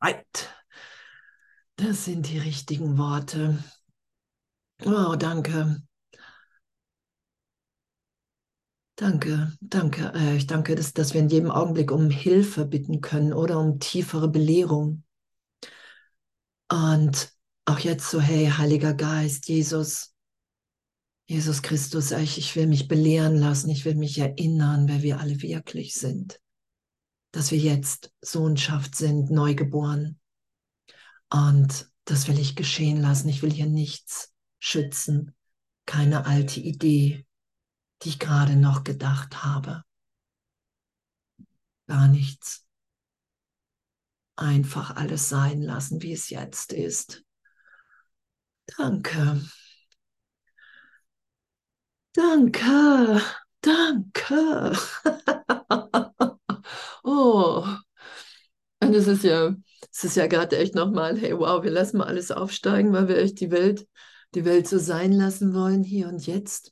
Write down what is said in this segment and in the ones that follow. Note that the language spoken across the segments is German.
Right. Das sind die richtigen Worte. Oh, danke. Danke. Ich danke, dass wir in jedem Augenblick um Hilfe bitten können oder um tiefere Belehrung. Und auch jetzt so, hey, Heiliger Geist, Jesus Christus, ich will mich belehren lassen, ich will mich erinnern, wer wir alle wirklich sind. Dass wir jetzt Sohnschaft sind, neugeboren. Und das will ich geschehen lassen. Ich will hier nichts schützen, keine alte Idee, die ich gerade noch gedacht habe. Gar nichts. Einfach alles sein lassen, wie es jetzt ist. Danke. Danke. Danke. Oh, und es ist ja gerade echt nochmal, hey, wow, wir lassen mal alles aufsteigen, weil wir echt die Welt so sein lassen wollen, hier und jetzt.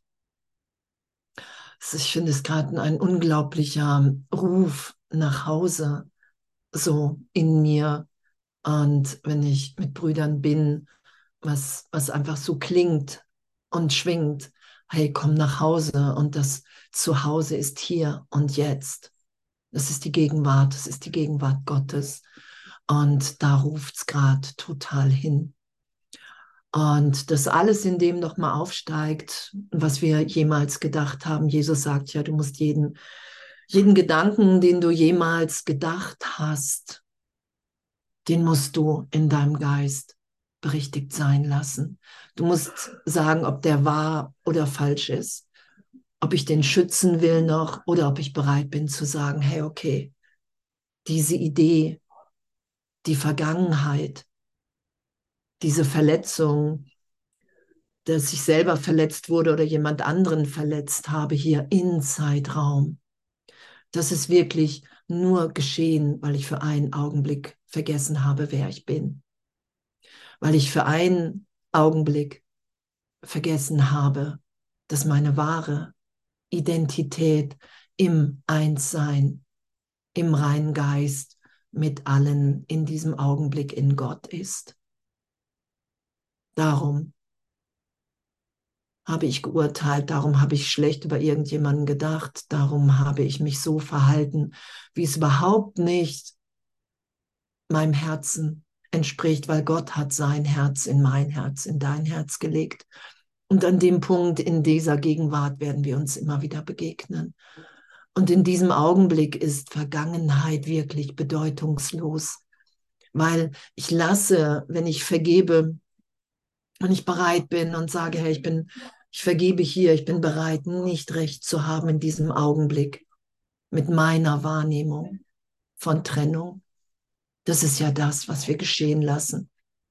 Ich finde es gerade ein unglaublicher Ruf nach Hause, so in mir. Und wenn ich mit Brüdern bin, was einfach so klingt und schwingt, hey, komm nach Hause. Und das Zuhause ist hier und jetzt. Das ist die Gegenwart Gottes. Und da ruft es gerade total hin. Und das alles in dem nochmal aufsteigt, was wir jemals gedacht haben. Jesus sagt ja, du musst jeden Gedanken, den du jemals gedacht hast, den musst du in deinem Geist berichtigt sein lassen. Du musst sagen, ob der wahr oder falsch ist, ob ich den schützen will noch oder ob ich bereit bin zu sagen, hey, okay, diese Idee, die Vergangenheit, diese Verletzung, dass ich selber verletzt wurde oder jemand anderen verletzt habe hier in Zeitraum, das ist wirklich nur geschehen, weil ich für einen Augenblick vergessen habe, wer ich bin. Weil ich für einen Augenblick vergessen habe, dass meine wahre Identität im Einssein, im reinen Geist mit allen in diesem Augenblick in Gott ist. Darum habe ich geurteilt, darum habe ich schlecht über irgendjemanden gedacht, darum habe ich mich so verhalten, wie es überhaupt nicht meinem Herzen entspricht, weil Gott hat sein Herz in mein Herz, in dein Herz gelegt. Und an dem Punkt in dieser Gegenwart werden wir uns immer wieder begegnen. Und in diesem Augenblick ist Vergangenheit wirklich bedeutungslos, weil ich lasse, wenn ich vergebe und ich bereit bin und sage, hey, ich vergebe hier, ich bin bereit, nicht recht zu haben in diesem Augenblick mit meiner Wahrnehmung von Trennung. Das ist ja das, was wir geschehen lassen.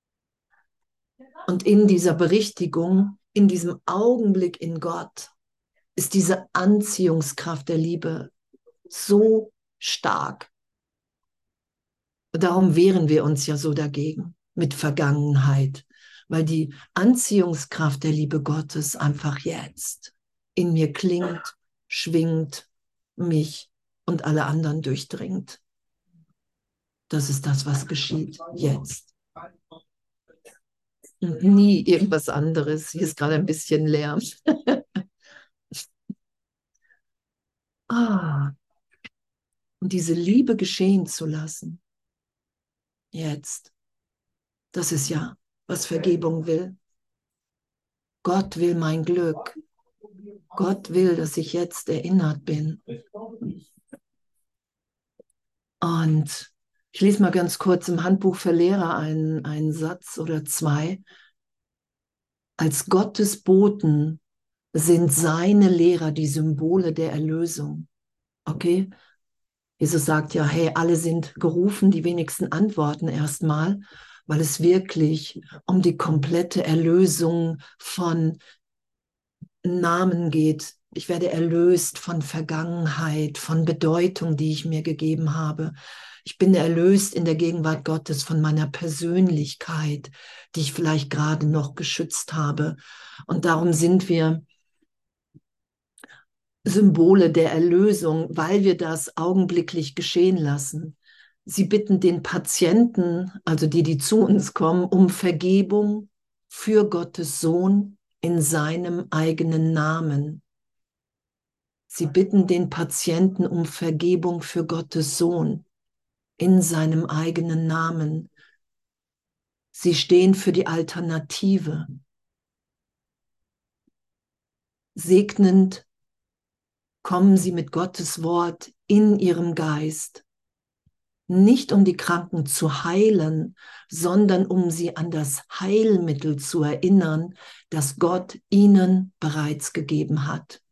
Und in dieser Berichtigung, in diesem Augenblick in Gott, ist diese Anziehungskraft der Liebe so stark. Und darum wehren wir uns ja so dagegen mit Vergangenheit, weil die Anziehungskraft der Liebe Gottes einfach jetzt in mir klingt, schwingt, mich und alle anderen durchdringt. Das ist das, was geschieht jetzt. Und nie irgendwas anderes. Hier ist gerade ein bisschen Lärm. Ah, und diese Liebe geschehen zu lassen. Jetzt. Das ist ja, was Vergebung will. Gott will mein Glück. Gott will, dass ich jetzt erinnert bin. Und ich lese mal ganz kurz im Handbuch für Lehrer einen Satz oder zwei. Als Gottes Boten sind seine Lehrer die Symbole der Erlösung. Okay? Jesus sagt ja, hey, alle sind gerufen, die wenigsten antworten erstmal, weil es wirklich um die komplette Erlösung von Namen geht. Ich werde erlöst von Vergangenheit, von Bedeutung, die ich mir gegeben habe. Ich bin erlöst in der Gegenwart Gottes von meiner Persönlichkeit, die ich vielleicht gerade noch geschützt habe. Und darum sind wir Symbole der Erlösung, weil wir das augenblicklich geschehen lassen. Sie bitten den Patienten, also die zu uns kommen, um Vergebung für Gottes Sohn in seinem eigenen Namen. Sie bitten den Patienten um Vergebung für Gottes Sohn in seinem eigenen Namen. Sie stehen für die Alternative. Segnend kommen sie mit Gottes Wort in ihrem Geist, nicht um die Kranken zu heilen, sondern um sie an das Heilmittel zu erinnern, das Gott ihnen bereits gegeben hat.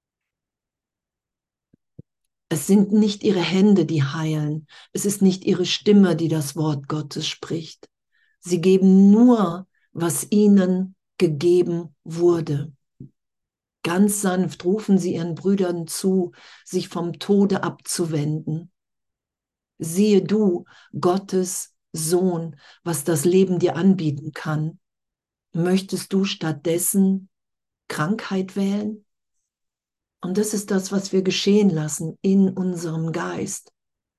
Es sind nicht ihre Hände, die heilen. Es ist nicht ihre Stimme, die das Wort Gottes spricht. Sie geben nur, was ihnen gegeben wurde. Ganz sanft rufen sie ihren Brüdern zu, sich vom Tode abzuwenden. Siehe du, Gottes Sohn, was das Leben dir anbieten kann. Möchtest du stattdessen Krankheit wählen? Und das ist das, was wir geschehen lassen in unserem Geist.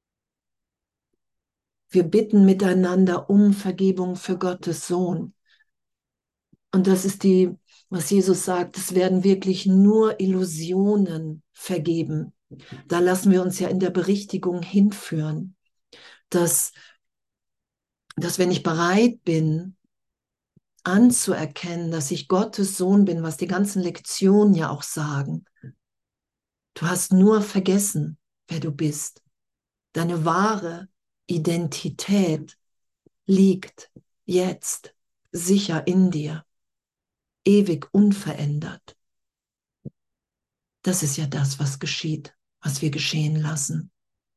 Wir bitten miteinander um Vergebung für Gottes Sohn. Und das ist was Jesus sagt, es werden wirklich nur Illusionen vergeben. Da lassen wir uns ja in der Berichtigung hinführen, dass wenn ich bereit bin, anzuerkennen, dass ich Gottes Sohn bin, was die ganzen Lektionen ja auch sagen, du hast nur vergessen, wer du bist. Deine wahre Identität liegt jetzt sicher in dir, ewig unverändert. Das ist ja das, was geschieht, was wir geschehen lassen.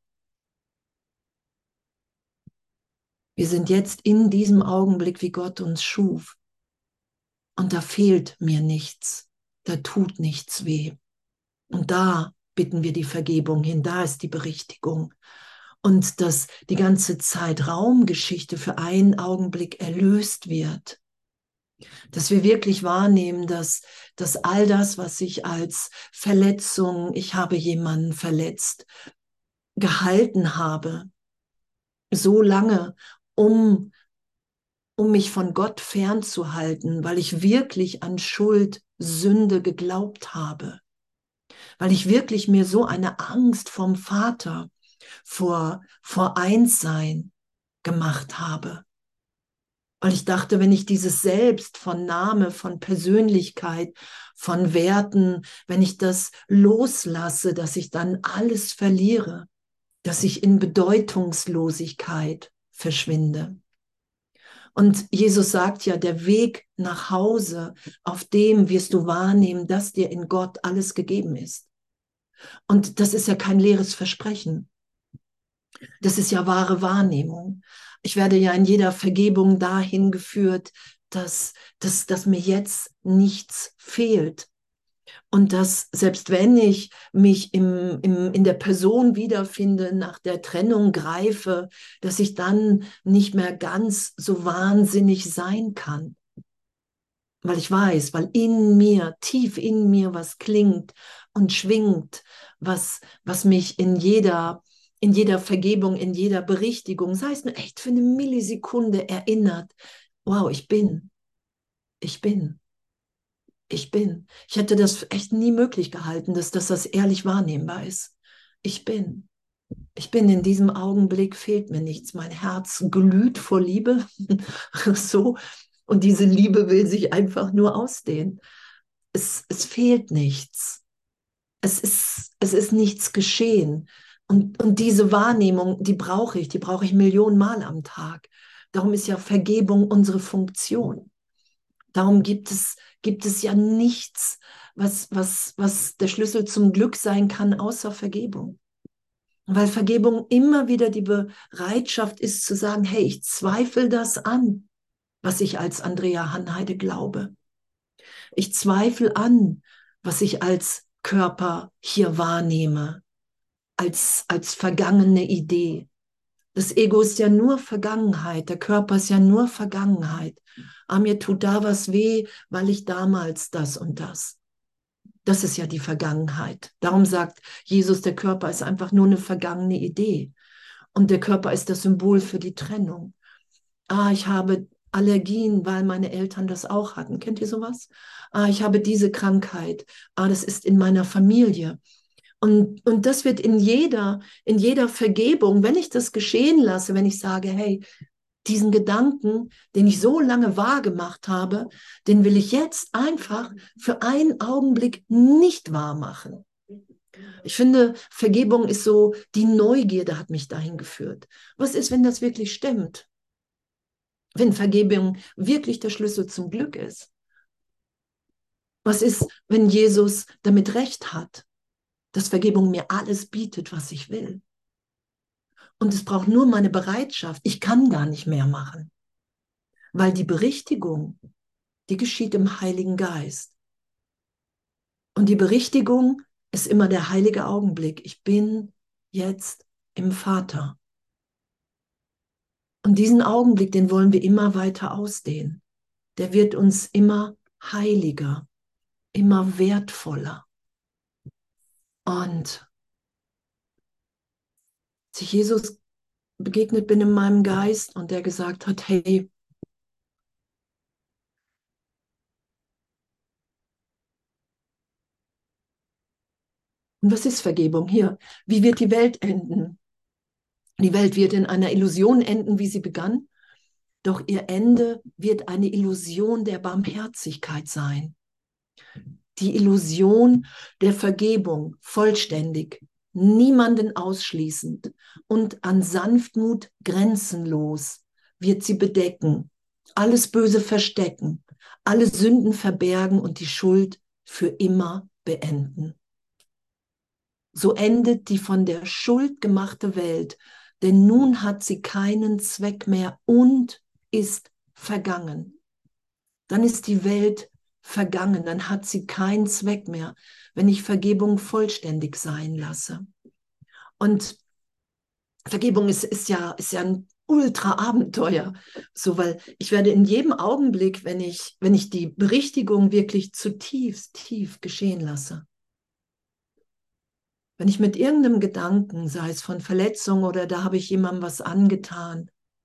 Wir sind jetzt in diesem Augenblick, wie Gott uns schuf. Und da fehlt mir nichts, da tut nichts weh. Und da bitten wir die Vergebung hin, da ist die Berichtigung. Und dass die ganze Zeitraumgeschichte für einen Augenblick erlöst wird. Dass wir wirklich wahrnehmen, dass all das, was ich als Verletzung, ich habe jemanden verletzt, gehalten habe, so lange, um mich von Gott fernzuhalten, weil ich wirklich an Schuld, Sünde geglaubt habe, weil ich wirklich mir so eine Angst vom Vater, vor Einssein gemacht habe. Weil ich dachte, wenn ich dieses Selbst von Name, von Persönlichkeit, von Werten, wenn ich das loslasse, dass ich dann alles verliere, dass ich in Bedeutungslosigkeit verschwinde. Und Jesus sagt ja, der Weg nach Hause, auf dem wirst du wahrnehmen, dass dir in Gott alles gegeben ist. Und das ist ja kein leeres Versprechen. Das ist ja wahre Wahrnehmung. Ich werde ja in jeder Vergebung dahin geführt, dass mir jetzt nichts fehlt. Und dass selbst wenn ich mich in der Person wiederfinde, nach der Trennung greife, dass ich dann nicht mehr ganz so wahnsinnig sein kann. Weil ich weiß, weil in mir, tief in mir was klingt und schwingt, was mich in jeder Vergebung, in jeder Berichtigung, sei es nur echt für eine Millisekunde erinnert, wow, ich bin. Ich hätte das echt nie möglich gehalten, dass das ehrlich wahrnehmbar ist. Ich bin. Ich bin in diesem Augenblick, fehlt mir nichts. Mein Herz glüht vor Liebe. So. Und diese Liebe will sich einfach nur ausdehnen. Es fehlt nichts. Es ist nichts geschehen. Und diese Wahrnehmung, die brauche ich Millionen Mal am Tag. Darum ist ja Vergebung unsere Funktion. Darum gibt es ja nichts, was der Schlüssel zum Glück sein kann, außer Vergebung. Weil Vergebung immer wieder die Bereitschaft ist zu sagen, hey, ich zweifle das an, was ich als Andrea Hanheide glaube. Ich zweifle an, was ich als Körper hier wahrnehme, als vergangene Idee. Das Ego ist ja nur Vergangenheit, der Körper ist ja nur Vergangenheit. Aber mir tut da was weh, weil ich damals das und das. Das ist ja die Vergangenheit. Darum sagt Jesus, der Körper ist einfach nur eine vergangene Idee. Und der Körper ist das Symbol für die Trennung. Ich habe Allergien, weil meine Eltern das auch hatten. Kennt ihr sowas? Ich habe diese Krankheit. Das ist in meiner Familie. Und das wird in jeder Vergebung, wenn ich das geschehen lasse, wenn ich sage, hey, diesen Gedanken, den ich so lange wahr gemacht habe, den will ich jetzt einfach für einen Augenblick nicht wahr machen. Ich finde, Vergebung ist so, die Neugierde hat mich dahin geführt. Was ist, wenn das wirklich stimmt? Wenn Vergebung wirklich der Schlüssel zum Glück ist? Was ist, wenn Jesus damit recht hat, dass Vergebung mir alles bietet, was ich will? Und es braucht nur meine Bereitschaft. Ich kann gar nicht mehr machen, weil die Berichtigung, die geschieht im Heiligen Geist. Und die Berichtigung ist immer der heilige Augenblick. Ich bin jetzt im Vater. Und diesen Augenblick, den wollen wir immer weiter ausdehnen. Der wird uns immer heiliger, immer wertvoller. Und als ich Jesus begegnet bin in meinem Geist und der gesagt hat, hey, und was ist Vergebung hier? Wie wird die Welt enden? Die Welt wird in einer Illusion enden, wie sie begann, doch ihr Ende wird eine Illusion der Barmherzigkeit sein. Die Illusion der Vergebung, vollständig, niemanden ausschließend und an Sanftmut grenzenlos wird sie bedecken, alles Böse verstecken, alle Sünden verbergen und die Schuld für immer beenden. So endet die von der Schuld gemachte Welt, denn nun hat sie keinen Zweck mehr und ist vergangen. Dann ist die Welt vergangen, dann hat sie keinen Zweck mehr, wenn ich Vergebung vollständig sein lasse. Und Vergebung ist ja ein Ultra-Abenteuer, so, weil ich werde in jedem Augenblick, wenn ich die Berichtigung wirklich zutiefst tief geschehen lasse, wenn ich mit irgendeinem Gedanken, sei es von Verletzung oder da habe ich jemandem was angetan,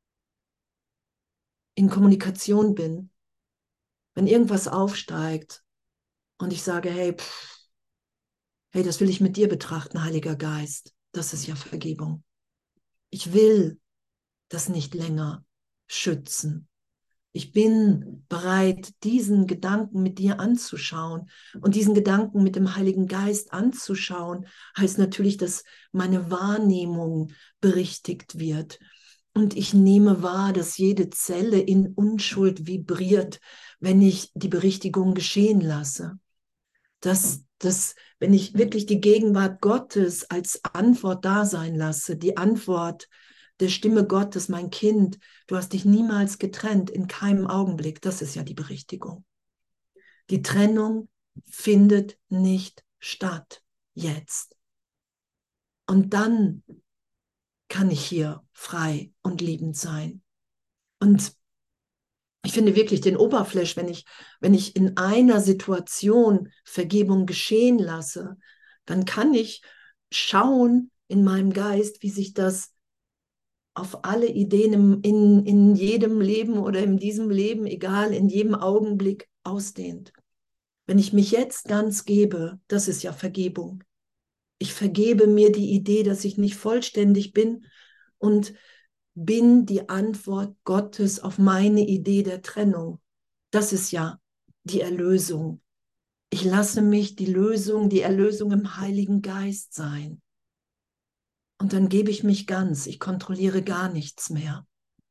in Kommunikation bin, wenn irgendwas aufsteigt und ich sage, hey, das will ich mit dir betrachten, Heiliger Geist, das ist ja Vergebung. Ich will das nicht länger schützen. Ich bin bereit, diesen Gedanken mit dir anzuschauen. Und diesen Gedanken mit dem Heiligen Geist anzuschauen, heißt natürlich, dass meine Wahrnehmung berichtigt wird. Und ich nehme wahr, dass jede Zelle in Unschuld vibriert, wenn ich die Berichtigung geschehen lasse. Dass, wenn ich wirklich die Gegenwart Gottes als Antwort da sein lasse, die Antwort der Stimme Gottes, mein Kind, du hast dich niemals getrennt, in keinem Augenblick, das ist ja die Berichtigung. Die Trennung findet nicht statt jetzt. Und dann kann ich hier frei und liebend sein. Und ich finde wirklich den Oberfläch, wenn ich in einer Situation Vergebung geschehen lasse, dann kann ich schauen in meinem Geist, wie sich das auf alle Ideen in jedem Leben oder in diesem Leben, egal, in jedem Augenblick ausdehnt. Wenn ich mich jetzt ganz gebe, das ist ja Vergebung. Ich vergebe mir die Idee, dass ich nicht vollständig bin und bin die Antwort Gottes auf meine Idee der Trennung. Das ist ja die Erlösung. Ich lasse mich die Erlösung im Heiligen Geist sein. Und dann gebe ich mich ganz. Ich kontrolliere gar nichts mehr.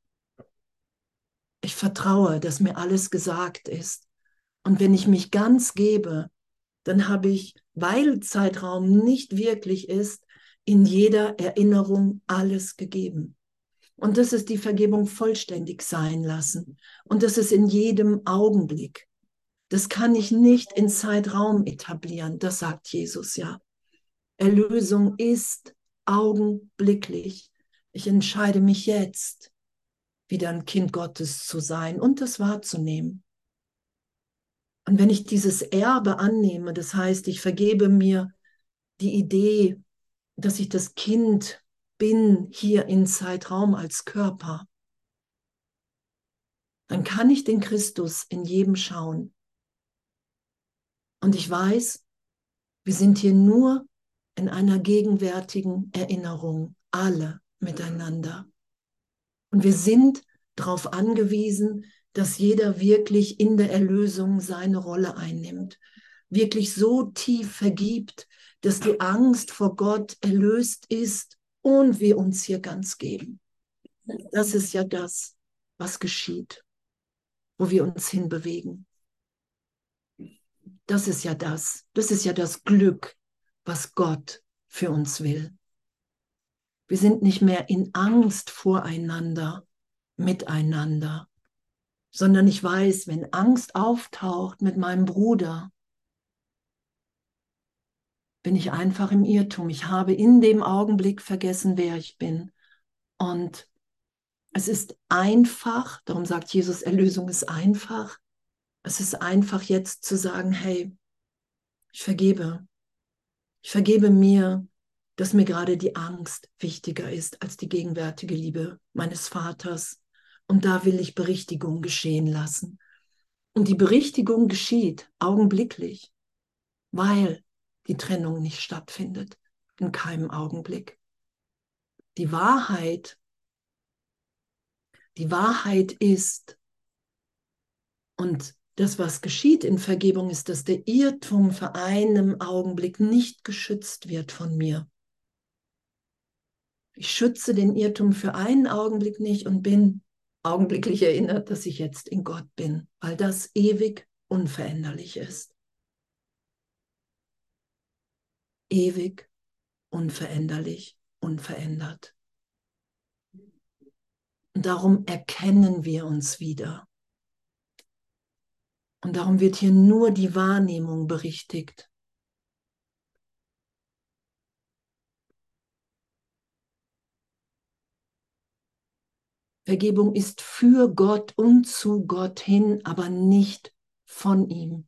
Ich vertraue, dass mir alles gesagt ist. Und wenn ich mich ganz gebe, dann habe ich, weil Zeitraum nicht wirklich ist, in jeder Erinnerung alles gegeben. Und das ist die Vergebung vollständig sein lassen. Und das ist in jedem Augenblick. Das kann ich nicht in Zeitraum etablieren. Das sagt Jesus ja. Erlösung ist augenblicklich. Ich entscheide mich jetzt, wieder ein Kind Gottes zu sein und das wahrzunehmen. Und wenn ich dieses Erbe annehme, das heißt, ich vergebe mir die Idee, dass ich das Kind bin hier in Zeitraum als Körper, dann kann ich den Christus in jedem schauen. Und ich weiß, wir sind hier nur in einer gegenwärtigen Erinnerung, alle miteinander. Und wir sind darauf angewiesen, dass jeder wirklich in der Erlösung seine Rolle einnimmt, wirklich so tief vergibt, dass die Angst vor Gott erlöst ist und wir uns hier ganz geben. Das ist ja das, was geschieht, wo wir uns hinbewegen. Das ist ja das Glück, was Gott für uns will. Wir sind nicht mehr in Angst voreinander, miteinander, sondern ich weiß, wenn Angst auftaucht mit meinem Bruder, bin ich einfach im Irrtum. Ich habe in dem Augenblick vergessen, wer ich bin. Und es ist einfach, darum sagt Jesus, Erlösung ist einfach. Es ist einfach jetzt zu sagen, hey, ich vergebe. Ich vergebe mir, dass mir gerade die Angst wichtiger ist als die gegenwärtige Liebe meines Vaters. Und da will ich Berichtigung geschehen lassen. Und die Berichtigung geschieht augenblicklich, weil die Trennung nicht stattfindet, in keinem Augenblick. Die Wahrheit ist, und das, was geschieht in Vergebung, ist, dass der Irrtum für einen Augenblick nicht geschützt wird von mir. Ich schütze den Irrtum für einen Augenblick nicht und bin augenblicklich erinnert, dass ich jetzt in Gott bin, weil das ewig unveränderlich ist. Ewig, unveränderlich, unverändert. Und darum erkennen wir uns wieder. Und darum wird hier nur die Wahrnehmung berichtigt. Vergebung ist für Gott und zu Gott hin, aber nicht von ihm.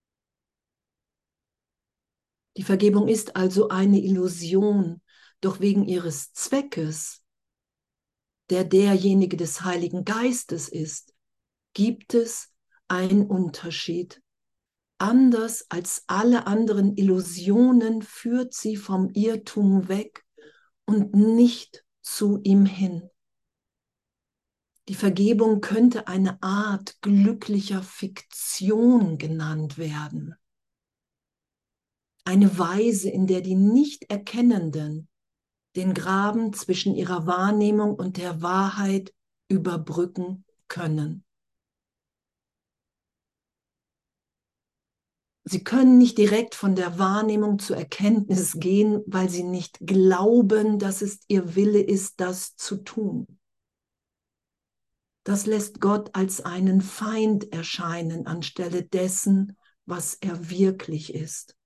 Die Vergebung ist also eine Illusion, doch wegen ihres Zweckes, der derjenige des Heiligen Geistes ist, gibt es einen Unterschied. Anders als alle anderen Illusionen führt sie vom Irrtum weg und nicht zu ihm hin. Die Vergebung könnte eine Art glücklicher Fiktion genannt werden. Eine Weise, in der die Nicht-Erkennenden den Graben zwischen ihrer Wahrnehmung und der Wahrheit überbrücken können. Sie können nicht direkt von der Wahrnehmung zur Erkenntnis gehen, weil sie nicht glauben, dass es ihr Wille ist, das zu tun. Das lässt Gott als einen Feind erscheinen, anstelle dessen, was er wirklich ist.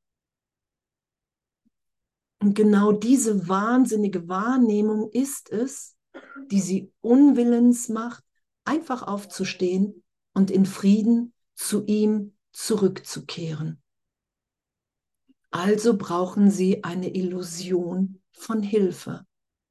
Und genau diese wahnsinnige Wahrnehmung ist es, die sie unwillens macht, einfach aufzustehen und in Frieden zu ihm zurückzukehren. Also brauchen sie eine Illusion von Hilfe.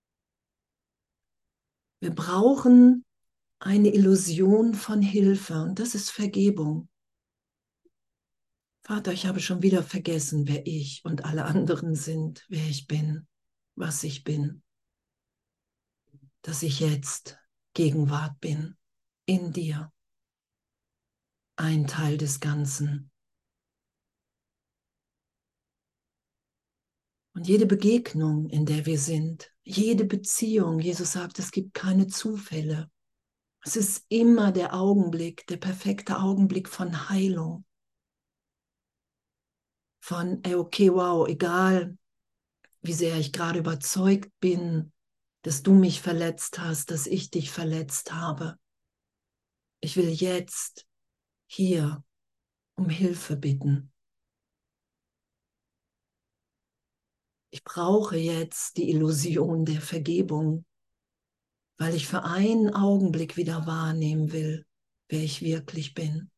Wir brauchen eine Illusion von Hilfe und das ist Vergebung. Vater, ich habe schon wieder vergessen, wer ich und alle anderen sind, wer ich bin, was ich bin. Dass ich jetzt Gegenwart bin, in dir, ein Teil des Ganzen. Und jede Begegnung, in der wir sind, jede Beziehung, Jesus sagt, es gibt keine Zufälle. Es ist immer der Augenblick, der perfekte Augenblick von Heilung. Von, ey, okay, wow, egal, wie sehr ich gerade überzeugt bin, dass du mich verletzt hast, dass ich dich verletzt habe. Ich will jetzt hier um Hilfe bitten. Ich brauche jetzt die Illusion der Vergebung, weil ich für einen Augenblick wieder wahrnehmen will, wer ich wirklich bin.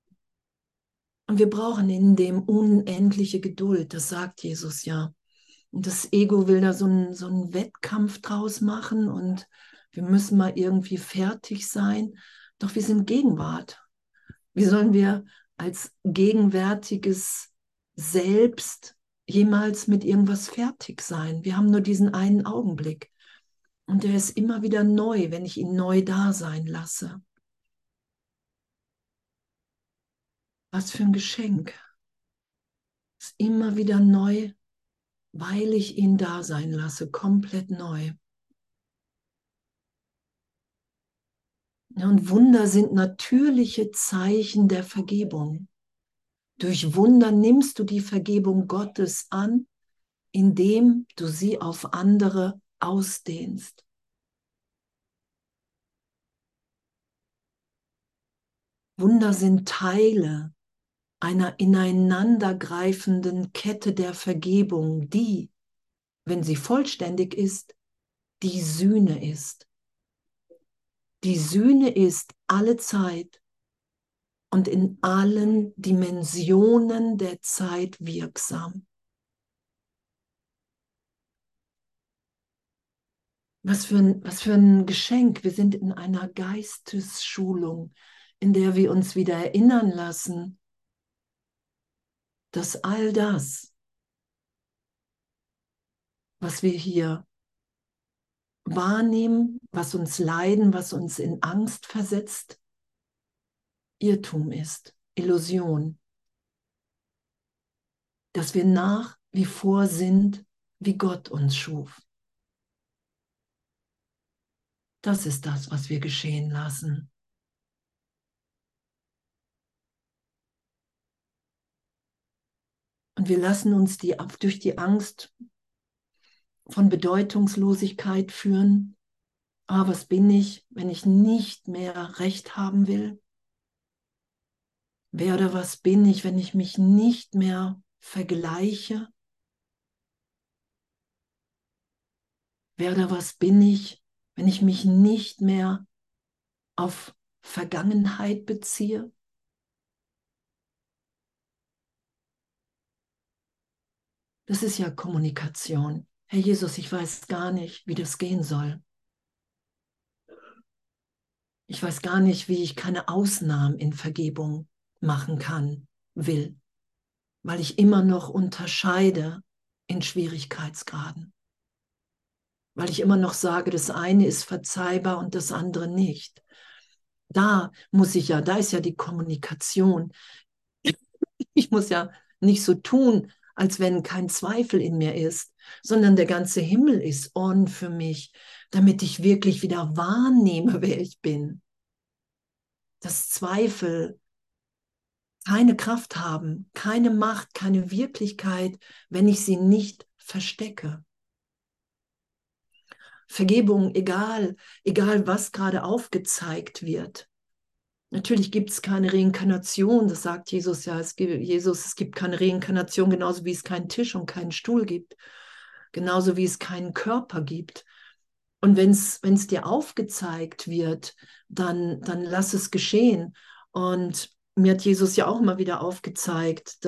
Und wir brauchen in dem unendliche Geduld, das sagt Jesus ja. Und das Ego will da so einen Wettkampf draus machen und wir müssen mal irgendwie fertig sein. Doch wir sind Gegenwart. Wie sollen wir als gegenwärtiges Selbst jemals mit irgendwas fertig sein? Wir haben nur diesen einen Augenblick. Und der ist immer wieder neu, wenn ich ihn neu da sein lasse. Was für ein Geschenk. Ist immer wieder neu, weil ich ihn da sein lasse, komplett neu. Ja, und Wunder sind natürliche Zeichen der Vergebung. Durch Wunder nimmst du die Vergebung Gottes an, indem du sie auf andere ausdehnst. Wunder sind Teile einer ineinandergreifenden Kette der Vergebung, die, wenn sie vollständig ist, die Sühne ist. Die Sühne ist alle Zeit und in allen Dimensionen der Zeit wirksam. Was für ein Geschenk. Wir sind in einer Geistesschulung, in der wir uns wieder erinnern lassen, dass all das, was wir hier wahrnehmen, was uns leiden, was uns in Angst versetzt, Irrtum ist, Illusion. Dass wir nach wie vor sind, wie Gott uns schuf. Das ist das, was wir geschehen lassen. Und wir lassen uns durch die Angst von Bedeutungslosigkeit führen. Ah, was bin ich, wenn ich nicht mehr Recht haben will? Wer oder was bin ich, wenn ich mich nicht mehr vergleiche? Wer oder was bin ich, wenn ich mich nicht mehr auf Vergangenheit beziehe? Das ist ja Kommunikation. Herr Jesus, ich weiß gar nicht, wie das gehen soll. Ich weiß gar nicht, wie ich keine Ausnahmen in Vergebung machen kann, will, weil ich immer noch unterscheide in Schwierigkeitsgraden. Weil ich immer noch sage, das eine ist verzeihbar und das andere nicht. Da da ist ja die Kommunikation. Ich muss ja nicht so tun, als wenn kein Zweifel in mir ist, sondern der ganze Himmel ist on für mich, damit ich wirklich wieder wahrnehme, wer ich bin. Dass Zweifel keine Kraft haben, keine Macht, keine Wirklichkeit, wenn ich sie nicht verstecke. Vergebung, egal was gerade aufgezeigt wird. Natürlich gibt es keine Reinkarnation, das sagt Jesus ja. Es gibt keine Reinkarnation, genauso wie es keinen Tisch und keinen Stuhl gibt, genauso wie es keinen Körper gibt. Und wenn es dir aufgezeigt wird, dann lass es geschehen. Und mir hat Jesus ja auch immer wieder aufgezeigt,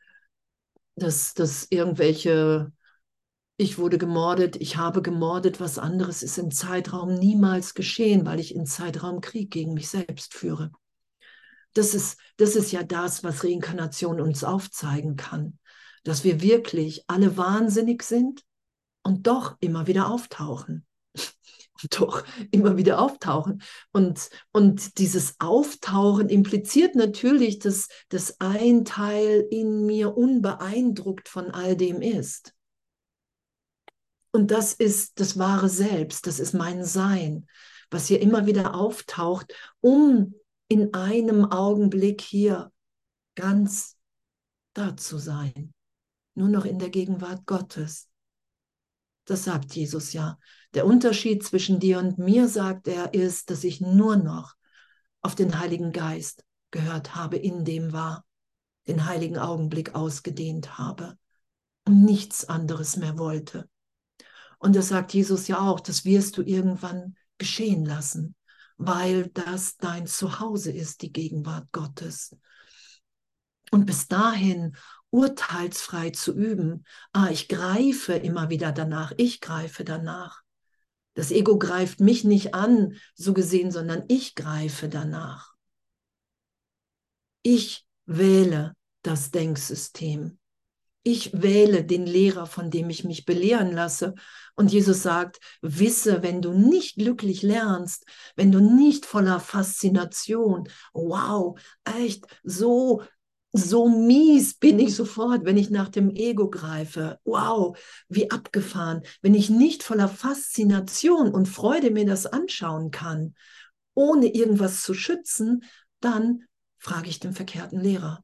dass irgendwelche, ich wurde gemordet, ich habe gemordet, was anderes ist im Zeitraum niemals geschehen, weil ich in Zeitraum Krieg gegen mich selbst führe. Das ist ja das, was Reinkarnation uns aufzeigen kann, dass wir wirklich alle wahnsinnig sind und doch immer wieder auftauchen. Doch immer wieder auftauchen. Und dieses Auftauchen impliziert natürlich, dass ein Teil in mir unbeeindruckt von all dem ist. Und das ist das wahre Selbst, das ist mein Sein, was hier immer wieder auftaucht, um in einem Augenblick hier ganz da zu sein. Nur noch in der Gegenwart Gottes. Das sagt Jesus ja. Der Unterschied zwischen dir und mir, sagt er, ist, dass ich nur noch auf den Heiligen Geist gehört habe, in dem war, den heiligen Augenblick ausgedehnt habe und nichts anderes mehr wollte. Und das sagt Jesus ja auch, das wirst du irgendwann geschehen lassen, weil das dein Zuhause ist, die Gegenwart Gottes. Und bis dahin urteilsfrei zu üben. Ich greife immer wieder danach, ich greife danach. Das Ego greift mich nicht an, so gesehen, sondern ich greife danach. Ich wähle das Denksystem. Ich wähle den Lehrer, von dem ich mich belehren lasse. Und Jesus sagt, wisse, wenn du nicht glücklich lernst, wenn du nicht voller Faszination, wow, echt, so mies bin ich sofort, wenn ich nach dem Ego greife. Wow, wie abgefahren. Wenn ich nicht voller Faszination und Freude mir das anschauen kann, ohne irgendwas zu schützen, dann frage ich den verkehrten Lehrer.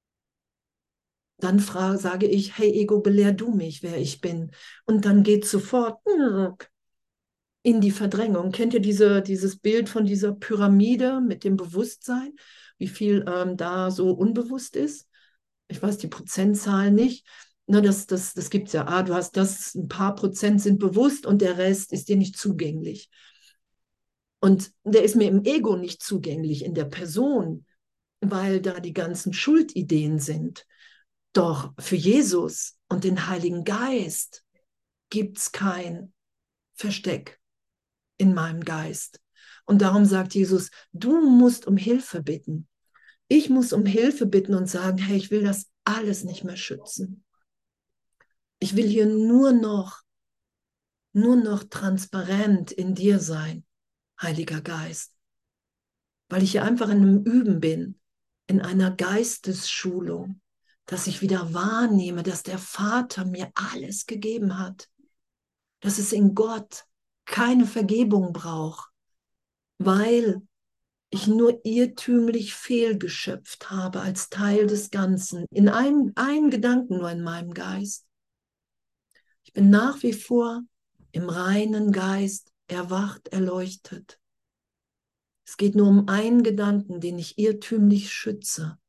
Dann sage ich, hey Ego, belehr du mich, wer ich bin. Und dann geht sofort in die Verdrängung. Kennt ihr dieses Bild von dieser Pyramide mit dem Bewusstsein? Wie viel da so unbewusst ist? Ich weiß die Prozentzahl nicht. Na, das gibt es ja. Du hast das, ein paar Prozent sind bewusst und der Rest ist dir nicht zugänglich. Und der ist mir im Ego nicht zugänglich, in der Person, weil da die ganzen Schuldideen sind. Doch für Jesus und den Heiligen Geist gibt es kein Versteck in meinem Geist. Und darum sagt Jesus, du musst um Hilfe bitten. Ich muss um Hilfe bitten und sagen, hey, ich will das alles nicht mehr schützen. Ich will hier nur noch transparent in dir sein, Heiliger Geist. Weil ich hier einfach in einem Üben bin, in einer Geistesschulung, dass ich wieder wahrnehme, dass der Vater mir alles gegeben hat, dass es in Gott keine Vergebung braucht, weil ich nur irrtümlich fehlgeschöpft habe als Teil des Ganzen, in einem Gedanken nur in meinem Geist. Ich bin nach wie vor im reinen Geist erwacht, erleuchtet. Es geht nur um einen Gedanken, den ich irrtümlich schütze,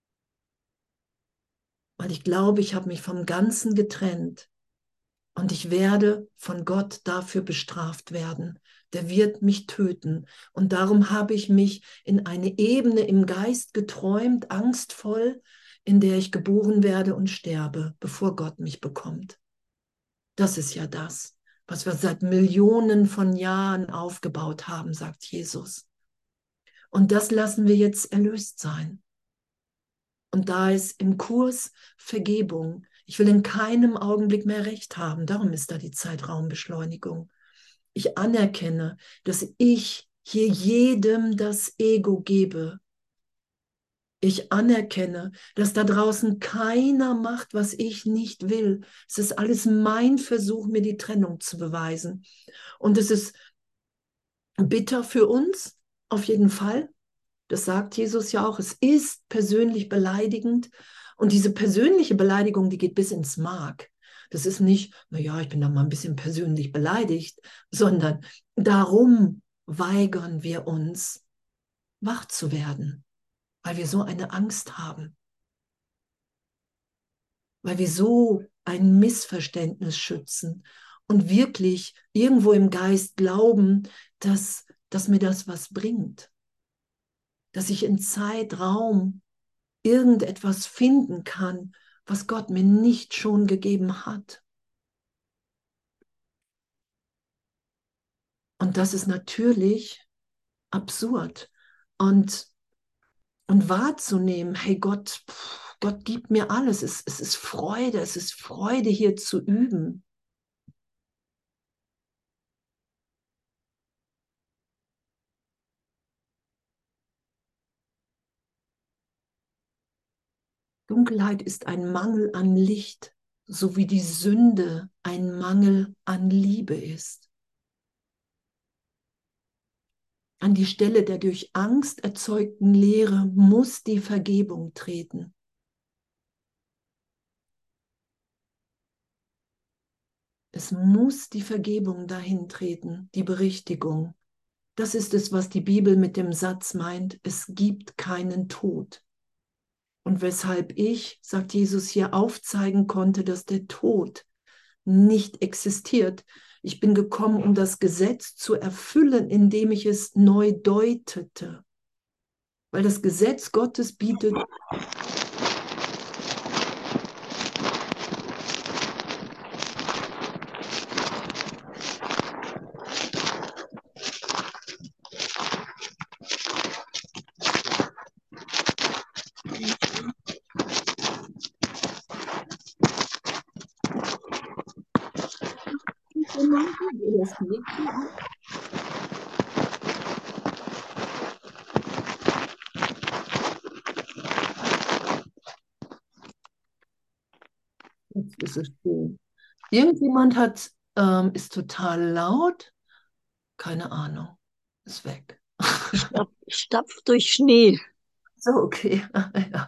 weil ich glaube, ich habe mich vom Ganzen getrennt und ich werde von Gott dafür bestraft werden. Der wird mich töten. Und darum habe ich mich in eine Ebene im Geist geträumt, angstvoll, in der ich geboren werde und sterbe, bevor Gott mich bekommt. Das ist ja das, was wir seit Millionen von Jahren aufgebaut haben, sagt Jesus. Und das lassen wir jetzt erlöst sein. Und da ist im Kurs Vergebung. Ich will in keinem Augenblick mehr Recht haben. Darum ist da die Zeitraumbeschleunigung. Ich anerkenne, dass ich hier jedem das Ego gebe. Ich anerkenne, dass da draußen keiner macht, was ich nicht will. Es ist alles mein Versuch, mir die Trennung zu beweisen. Und es ist bitter für uns, auf jeden Fall. Das sagt Jesus ja auch. Es ist persönlich beleidigend. Und diese persönliche Beleidigung, die geht bis ins Mark. Das ist nicht, naja, ich bin da mal ein bisschen persönlich beleidigt, sondern darum weigern wir uns, wach zu werden, weil wir so eine Angst haben, weil wir so ein Missverständnis schützen und wirklich irgendwo im Geist glauben, dass mir das was bringt, dass ich in Zeitraum irgendetwas finden kann, was Gott mir nicht schon gegeben hat. Und das ist natürlich absurd. Und wahrzunehmen, hey Gott, Gott gibt mir alles. Es ist Freude hier zu üben. Dunkelheit ist ein Mangel an Licht, so wie die Sünde ein Mangel an Liebe ist. An die Stelle der durch Angst erzeugten Leere muss die Vergebung treten. Es muss die Vergebung dahin treten, die Berichtigung. Das ist es, was die Bibel mit dem Satz meint, es gibt keinen Tod. Und weshalb ich, sagt Jesus, hier aufzeigen konnte, dass der Tod nicht existiert. Ich bin gekommen, um das Gesetz zu erfüllen, indem ich es neu deutete. Weil das Gesetz Gottes bietet Das Mikro an. Jetzt ist es still. Irgendjemand ist total laut. Keine Ahnung. Ist weg. Stapft durch Schnee. So, okay. Ja,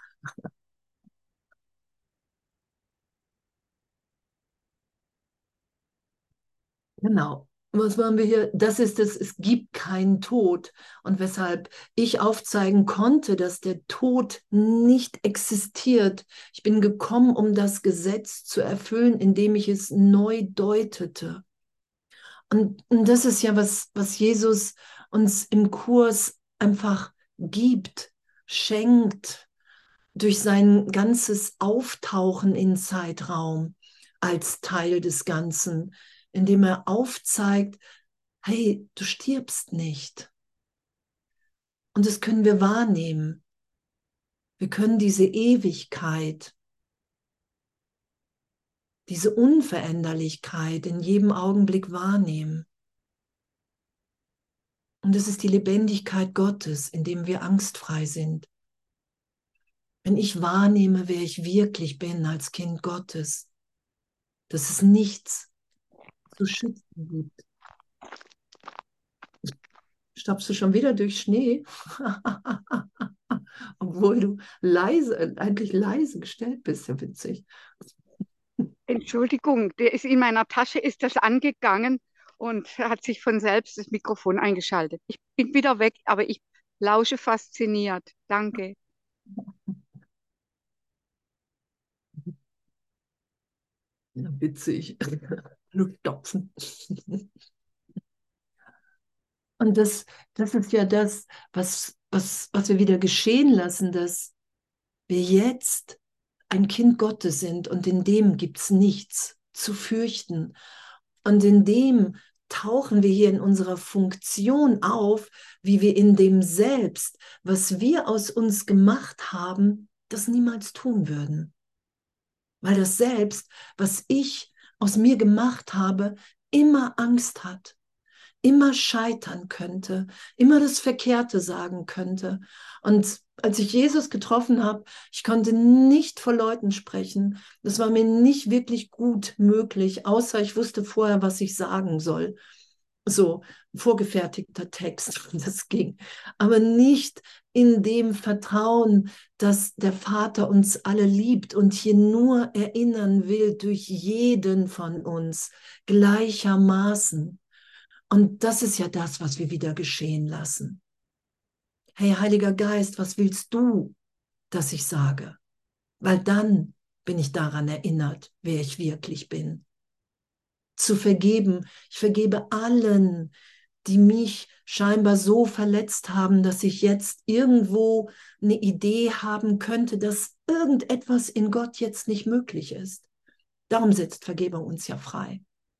genau. Was waren wir hier? Das ist es, es gibt keinen Tod. Und weshalb ich aufzeigen konnte, dass der Tod nicht existiert. Ich bin gekommen, um das Gesetz zu erfüllen, indem ich es neu deutete. Und das ist ja, was Jesus uns im Kurs einfach gibt, schenkt durch sein ganzes Auftauchen in Zeitraum als Teil des Ganzen, indem er aufzeigt, hey, du stirbst nicht. Und das können wir wahrnehmen. Wir können diese Ewigkeit, diese Unveränderlichkeit in jedem Augenblick wahrnehmen. Und das ist die Lebendigkeit Gottes, in dem wir angstfrei sind. Wenn ich wahrnehme, wer ich wirklich bin als Kind Gottes, dass es nichts zu schützen gibt. Stapfst du schon wieder durch Schnee? Obwohl du leise, eigentlich leise gestellt bist, ja witzig. Entschuldigung, der ist in meiner Tasche, ist das angegangen und hat sich von selbst das Mikrofon eingeschaltet. Ich bin wieder weg, aber ich lausche fasziniert. Danke. Ja, witzig. Nur stopfen. Und das ist ja das, was wir wieder geschehen lassen, dass wir jetzt ein Kind Gottes sind und in dem gibt es nichts zu fürchten. Und in dem tauchen wir hier in unserer Funktion auf, wie wir in dem Selbst, was wir aus uns gemacht haben, das niemals tun würden. Weil das Selbst, was ich aus mir gemacht habe, immer Angst hat, immer scheitern könnte, immer das Verkehrte sagen könnte. Und als ich Jesus getroffen habe, ich konnte nicht vor Leuten sprechen. Das war mir nicht wirklich gut möglich, außer ich wusste vorher, was ich sagen soll. So vorgefertigter Text, das ging. Aber nicht in dem Vertrauen, dass der Vater uns alle liebt und hier nur erinnern will durch jeden von uns gleichermaßen. Und das ist ja das, was wir wieder geschehen lassen. Hey, Heiliger Geist, was willst du, dass ich sage? Weil dann bin ich daran erinnert, wer ich wirklich bin. Zu vergeben, ich vergebe allen, die mich scheinbar so verletzt haben, dass ich jetzt irgendwo eine Idee haben könnte, dass irgendetwas in Gott jetzt nicht möglich ist. Darum setzt Vergebung uns ja frei.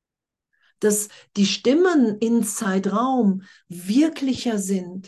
Dass die Stimmen in Zeitraum wirklicher sind,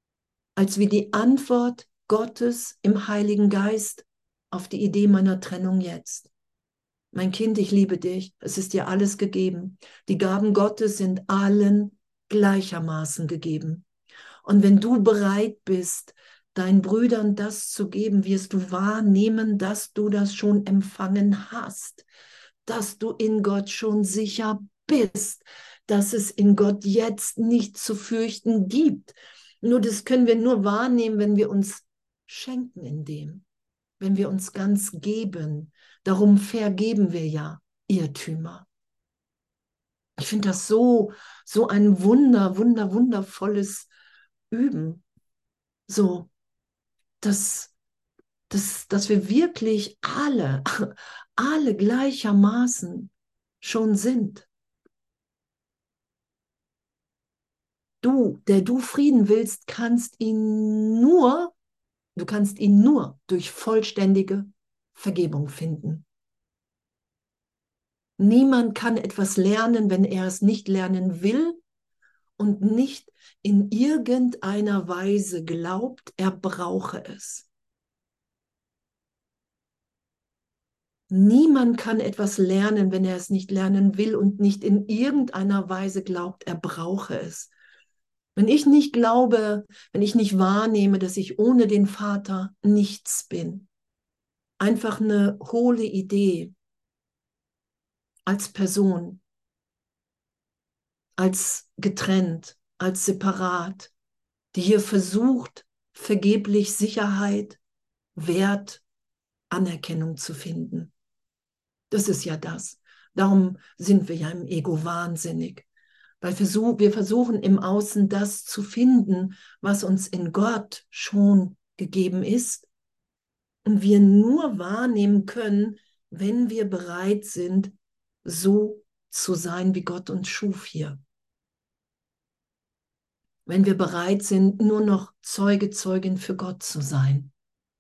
als wie die Antwort Gottes im Heiligen Geist auf die Idee meiner Trennung jetzt. Mein Kind, ich liebe dich, es ist dir alles gegeben. Die Gaben Gottes sind allen gleichermaßen gegeben. Und wenn du bereit bist, deinen Brüdern das zu geben, wirst du wahrnehmen, dass du das schon empfangen hast, dass du in Gott schon sicher bist, dass es in Gott jetzt nicht zu fürchten gibt. Nur das können wir nur wahrnehmen, wenn wir uns schenken in dem, wenn wir uns ganz geben. Darum vergeben wir ja Irrtümer. Ich finde das so ein wundervolles Üben. So, dass wir wirklich alle gleichermaßen schon sind. Du, der du Frieden willst, du kannst ihn nur durch vollständige Vergebung finden. Niemand kann etwas lernen, wenn er es nicht lernen will und nicht in irgendeiner Weise glaubt, er brauche es. Niemand kann etwas lernen, wenn er es nicht lernen will und nicht in irgendeiner Weise glaubt, er brauche es. Wenn ich nicht glaube, wenn ich nicht wahrnehme, dass ich ohne den Vater nichts bin, einfach eine hohle Idee als Person, als getrennt, als separat, die hier versucht, vergeblich Sicherheit, Wert, Anerkennung zu finden. Das ist ja das. Darum sind wir ja im Ego wahnsinnig. Weil wir versuchen im Außen das zu finden, was uns in Gott schon gegeben ist. Und wir nur wahrnehmen können, wenn wir bereit sind, so zu sein, wie Gott uns schuf hier. Wenn wir bereit sind, nur noch Zeuge, Zeugin für Gott zu sein,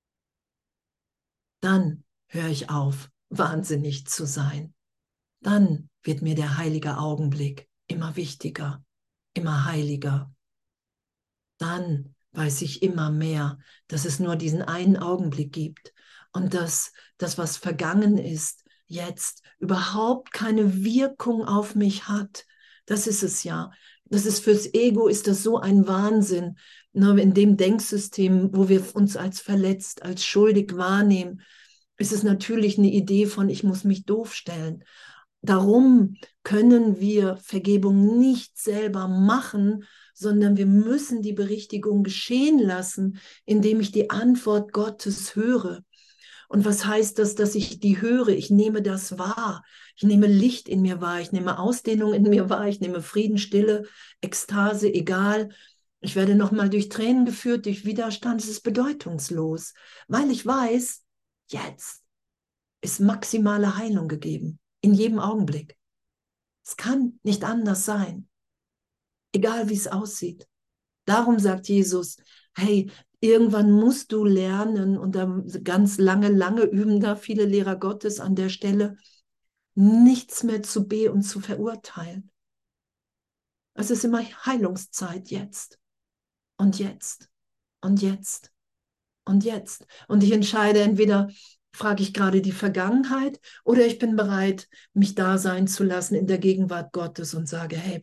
dann höre ich auf, wahnsinnig zu sein. Dann wird mir der heilige Augenblick immer wichtiger, immer heiliger. Dann weiß ich immer mehr, dass es nur diesen einen Augenblick gibt und dass das, was vergangen ist, jetzt überhaupt keine Wirkung auf mich hat. Das ist es ja. Das ist fürs Ego ist das so ein Wahnsinn. In dem Denksystem, wo wir uns als verletzt, als schuldig wahrnehmen, ist es natürlich eine Idee von, ich muss mich doof stellen. Darum können wir Vergebung nicht selber machen, sondern wir müssen die Berichtigung geschehen lassen, indem ich die Antwort Gottes höre. Und was heißt das, dass ich die höre? Ich nehme das wahr. Ich nehme Licht in mir wahr. Ich nehme Ausdehnung in mir wahr. Ich nehme Frieden, Stille, Ekstase, egal. Ich werde nochmal durch Tränen geführt, durch Widerstand. Es ist bedeutungslos, weil ich weiß, jetzt ist maximale Heilung gegeben. In jedem Augenblick. Es kann nicht anders sein, egal wie es aussieht. Darum sagt Jesus, hey, irgendwann musst du lernen und dann ganz lange, lange üben da viele Lehrer Gottes an der Stelle, nichts mehr zu und zu verurteilen. Es ist immer Heilungszeit jetzt und jetzt und jetzt und jetzt. Und ich entscheide entweder, frage ich gerade die Vergangenheit oder ich bin bereit, mich da sein zu lassen in der Gegenwart Gottes und sage, hey,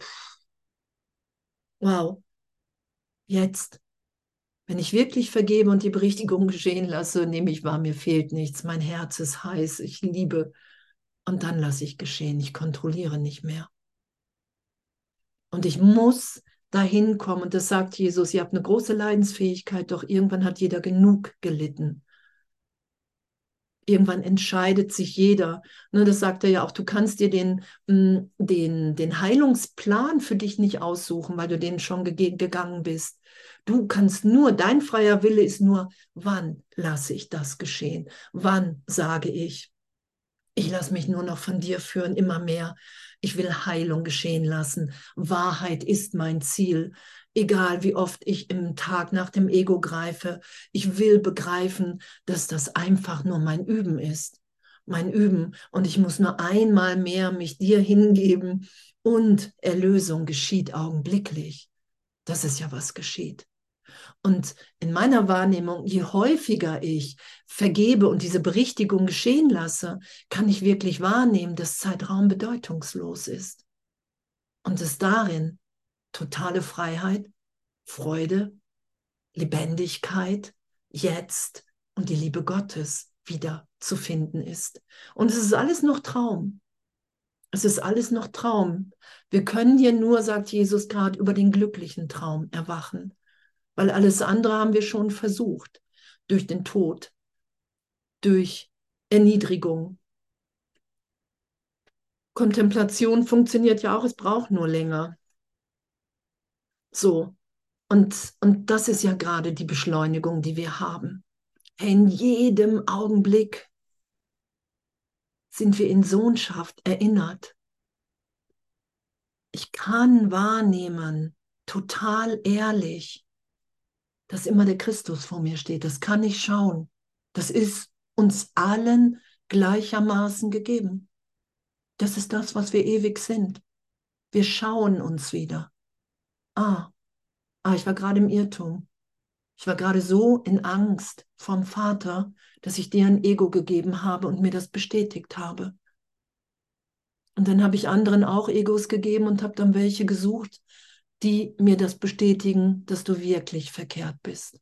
wow, jetzt. Wenn ich wirklich vergebe und die Berichtigung geschehen lasse, nehme ich wahr, mir fehlt nichts, mein Herz ist heiß, ich liebe. Und dann lasse ich geschehen, ich kontrolliere nicht mehr. Und ich muss dahin kommen, und das sagt Jesus, ihr habt eine große Leidensfähigkeit, doch irgendwann hat jeder genug gelitten. Irgendwann entscheidet sich jeder. Ne, das sagt er ja auch, du kannst dir den Heilungsplan für dich nicht aussuchen, weil du den schon gegangen bist. Du kannst nur, dein freier Wille ist nur, wann lasse ich das geschehen? Wann sage ich lasse mich nur noch von dir führen, immer mehr. Ich will Heilung geschehen lassen. Wahrheit ist mein Ziel. Egal wie oft ich im Tag nach dem Ego greife, ich will begreifen, dass das einfach nur mein Üben ist. Mein Üben. Und ich muss nur einmal mehr mich dir hingeben und Erlösung geschieht augenblicklich. Das ist ja, was geschieht. Und in meiner Wahrnehmung, je häufiger ich vergebe und diese Berichtigung geschehen lasse, kann ich wirklich wahrnehmen, dass Zeitraum bedeutungslos ist. Und es darin totale Freiheit, Freude, Lebendigkeit, jetzt und die Liebe Gottes wieder zu finden ist. Und es ist alles noch Traum. Es ist alles noch Traum. Wir können hier nur, sagt Jesus gerade, über den glücklichen Traum erwachen. Weil alles andere haben wir schon versucht. Durch den Tod, durch Erniedrigung. Kontemplation funktioniert ja auch, es braucht nur länger. So. Und das ist ja gerade die Beschleunigung, die wir haben. In jedem Augenblick sind wir in Sohnschaft erinnert. Ich kann wahrnehmen, total ehrlich, dass immer der Christus vor mir steht. Das kann ich schauen. Das ist uns allen gleichermaßen gegeben. Das ist das, was wir ewig sind. Wir schauen uns wieder. Ich war gerade im Irrtum. Ich war gerade so in Angst vom Vater, dass ich dir ein Ego gegeben habe und mir das bestätigt habe. Und dann habe ich anderen auch Egos gegeben und habe dann welche gesucht, die mir das bestätigen, dass du wirklich verkehrt bist.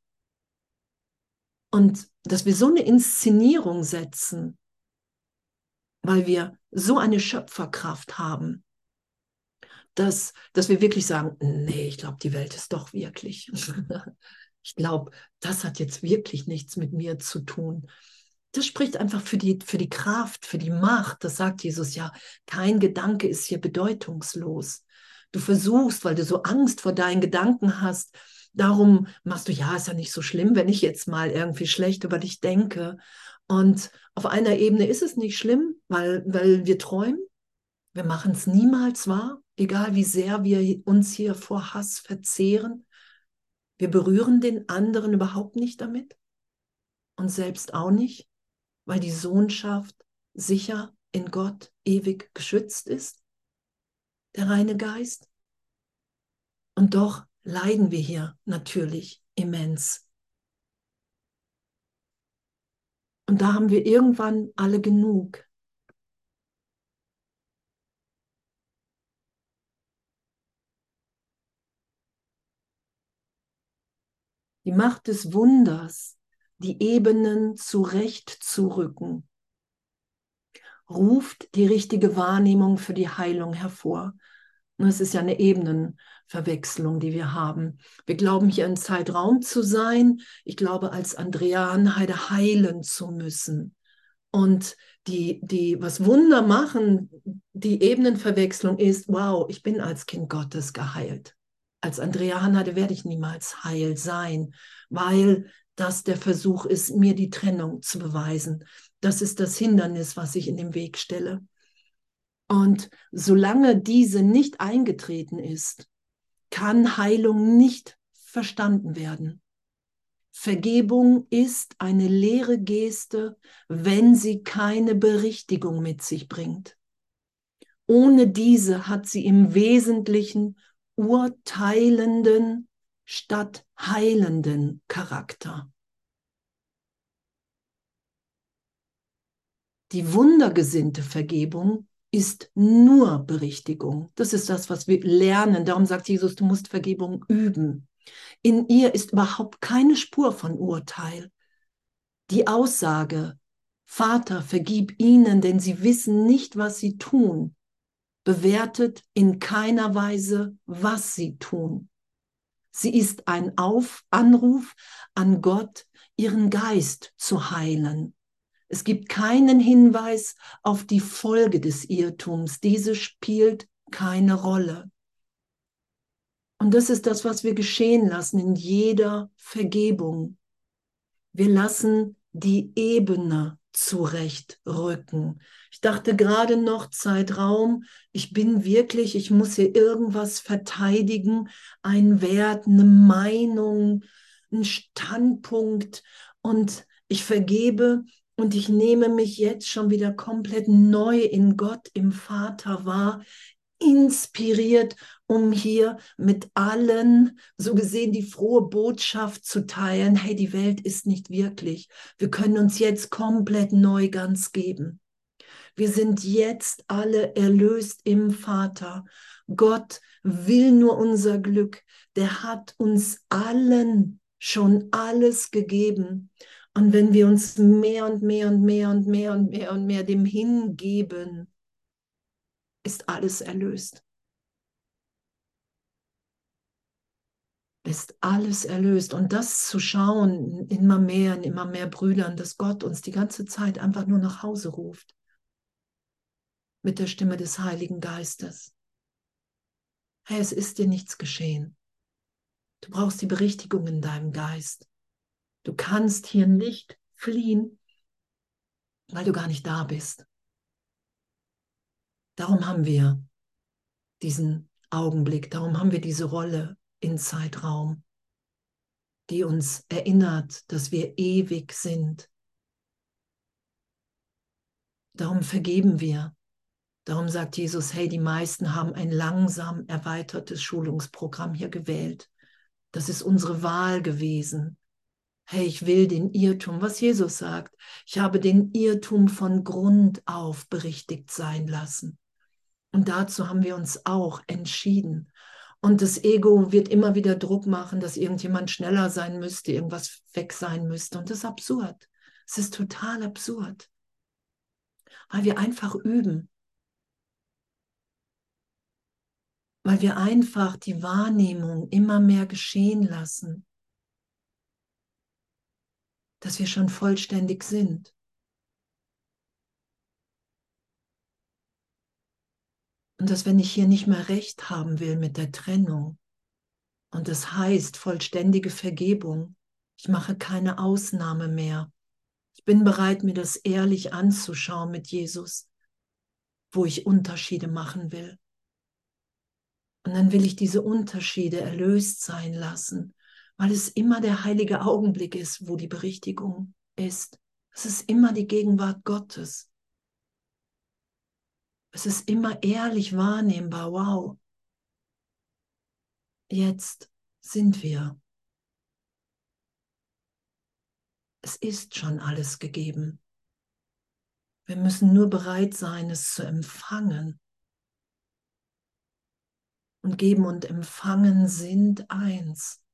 Und dass wir so eine Inszenierung setzen, weil wir so eine Schöpferkraft haben, dass wir wirklich sagen, nee, ich glaube, die Welt ist doch wirklich. Ich glaube, das hat jetzt wirklich nichts mit mir zu tun. Das spricht einfach für die Kraft, für die Macht. Das sagt Jesus ja, kein Gedanke ist hier bedeutungslos. Du versuchst, weil du so Angst vor deinen Gedanken hast, darum machst du, ja, ist ja nicht so schlimm, wenn ich jetzt mal irgendwie schlecht über dich denke. Und auf einer Ebene ist es nicht schlimm, weil wir träumen. Wir machen es niemals wahr, egal wie sehr wir uns hier vor Hass verzehren. Wir berühren den anderen überhaupt nicht damit und selbst auch nicht, weil die Sohnschaft sicher in Gott ewig geschützt ist, der reine Geist. Und doch leiden wir hier natürlich immens. Und da haben wir irgendwann alle genug. Die Macht des Wunders, die Ebenen zurechtzurücken, ruft die richtige Wahrnehmung für die Heilung hervor. Und es ist ja eine Ebenenverwechslung, die wir haben. Wir glauben hier in Zeitraum zu sein. Ich glaube, als Andrea Hanheide heilen zu müssen. Und was Wunder machen, die Ebenenverwechslung ist, wow, ich bin als Kind Gottes geheilt. Als Andrea Hanheide werde ich niemals heil sein, weil das der Versuch ist, mir die Trennung zu beweisen. Das ist das Hindernis, was ich in den Weg stelle. Und solange diese nicht eingetreten ist, kann Heilung nicht verstanden werden. Vergebung ist eine leere Geste, wenn sie keine Berichtigung mit sich bringt. Ohne diese hat sie im Wesentlichen urteilenden statt heilenden Charakter. Die wundergesinnte Vergebung ist nur Berichtigung. Das ist das, was wir lernen. Darum sagt Jesus, du musst Vergebung üben. In ihr ist überhaupt keine Spur von Urteil. Die Aussage, Vater, vergib ihnen, denn sie wissen nicht, was sie tun, bewertet in keiner Weise, was sie tun. Sie ist ein Anruf an Gott, ihren Geist zu heilen. Es gibt keinen Hinweis auf die Folge des Irrtums. Diese spielt keine Rolle. Und das ist das, was wir geschehen lassen in jeder Vergebung. Wir lassen die Ebene zurechtrücken. Ich dachte gerade noch Zeitraum, ich muss hier irgendwas verteidigen, ein Wert, eine Meinung, ein Standpunkt und ich vergebe und ich nehme mich jetzt schon wieder komplett neu in Gott, im Vater wahr, inspiriert, um hier mit allen, so gesehen, die frohe Botschaft zu teilen, hey, die Welt ist nicht wirklich. Wir können uns jetzt komplett neu ganz geben. Wir sind jetzt alle erlöst im Vater. Gott will nur unser Glück. Der hat uns allen schon alles gegeben. Und wenn wir uns mehr und mehr und mehr und mehr und mehr und mehr dem hingeben, ist alles erlöst. Ist alles erlöst. Und das zu schauen, in immer mehr Brüdern, dass Gott uns die ganze Zeit einfach nur nach Hause ruft. Mit der Stimme des Heiligen Geistes. Hey, es ist dir nichts geschehen. Du brauchst die Berichtigung in deinem Geist. Du kannst hier nicht fliehen, weil du gar nicht da bist. Darum haben wir diesen Augenblick, darum haben wir diese Rolle in Zeitraum, die uns erinnert, dass wir ewig sind. Darum vergeben wir. Darum sagt Jesus, hey, die meisten haben ein langsam erweitertes Schulungsprogramm hier gewählt. Das ist unsere Wahl gewesen. Hey, ich will den Irrtum, was Jesus sagt. Ich habe den Irrtum von Grund auf berichtigt sein lassen. Und dazu haben wir uns auch entschieden. Und das Ego wird immer wieder Druck machen, dass irgendjemand schneller sein müsste, irgendwas weg sein müsste. Und das ist absurd. Es ist total absurd, weil wir einfach üben, weil wir einfach die Wahrnehmung immer mehr geschehen lassen, dass wir schon vollständig sind. Und dass wenn ich hier nicht mehr recht haben will mit der Trennung, und das heißt vollständige Vergebung, ich mache keine Ausnahme mehr. Ich bin bereit, mir das ehrlich anzuschauen mit Jesus, wo ich Unterschiede machen will. Und dann will ich diese Unterschiede erlöst sein lassen, weil es immer der heilige Augenblick ist, wo die Berichtigung ist. Es ist immer die Gegenwart Gottes. Es ist immer ehrlich wahrnehmbar. Wow, jetzt sind wir. Es ist schon alles gegeben. Wir müssen nur bereit sein, es zu empfangen. Und geben und empfangen sind eins.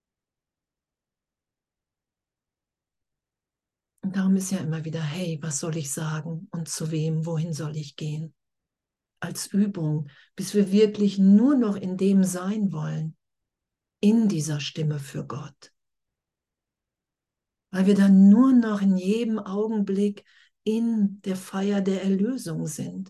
Und darum ist ja immer wieder, hey, was soll ich sagen und zu wem, wohin soll ich gehen? Als Übung, bis wir wirklich nur noch in dem sein wollen, in dieser Stimme für Gott. Weil wir dann nur noch in jedem Augenblick in der Feier der Erlösung sind.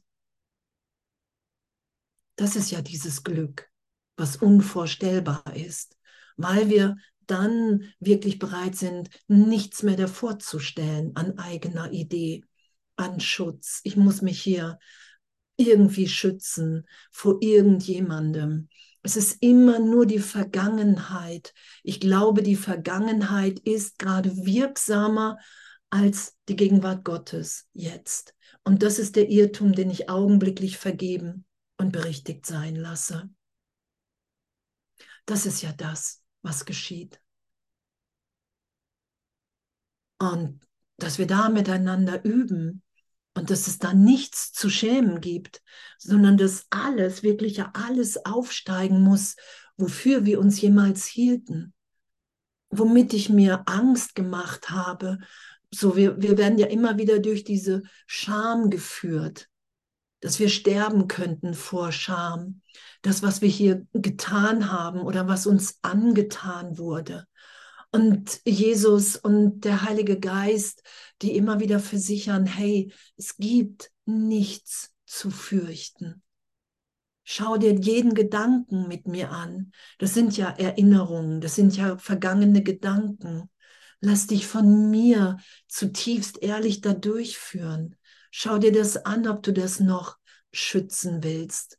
Das ist ja dieses Glück, was unvorstellbar ist, weil wir dann wirklich bereit sind, nichts mehr davor zu stellen an eigener Idee, an Schutz. Ich muss mich hier irgendwie schützen vor irgendjemandem. Es ist immer nur die Vergangenheit. Ich glaube, die Vergangenheit ist gerade wirksamer als die Gegenwart Gottes jetzt. Und das ist der Irrtum, den ich augenblicklich vergeben und berichtigt sein lasse. Das ist ja das, was geschieht. Und dass wir da miteinander üben und dass es da nichts zu schämen gibt, sondern dass alles, wirklich ja alles aufsteigen muss, wofür wir uns jemals hielten, womit ich mir Angst gemacht habe. So, wir werden ja immer wieder durch diese Scham geführt, dass wir sterben könnten vor Scham. Das, was wir hier getan haben oder was uns angetan wurde. Und Jesus und der Heilige Geist, die immer wieder versichern, hey, es gibt nichts zu fürchten. Schau dir jeden Gedanken mit mir an. Das sind ja Erinnerungen, das sind ja vergangene Gedanken. Lass dich von mir zutiefst ehrlich da durchführen. Schau dir das an, ob du das noch schützen willst.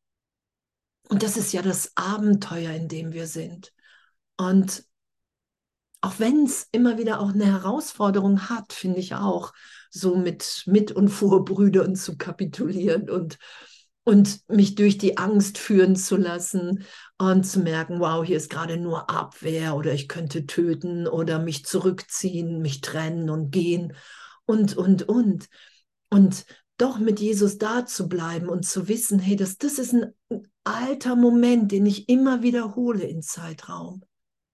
Und das ist ja das Abenteuer, in dem wir sind. Und auch wenn es immer wieder auch eine Herausforderung hat, finde ich auch, so mit und vor Brüdern zu kapitulieren und mich durch die Angst führen zu lassen und zu merken, wow, hier ist gerade nur Abwehr oder ich könnte töten oder mich zurückziehen, mich trennen und gehen und. Und doch mit Jesus da zu bleiben und zu wissen, hey, das ist ein alter Moment, den ich immer wiederhole im Zeitraum.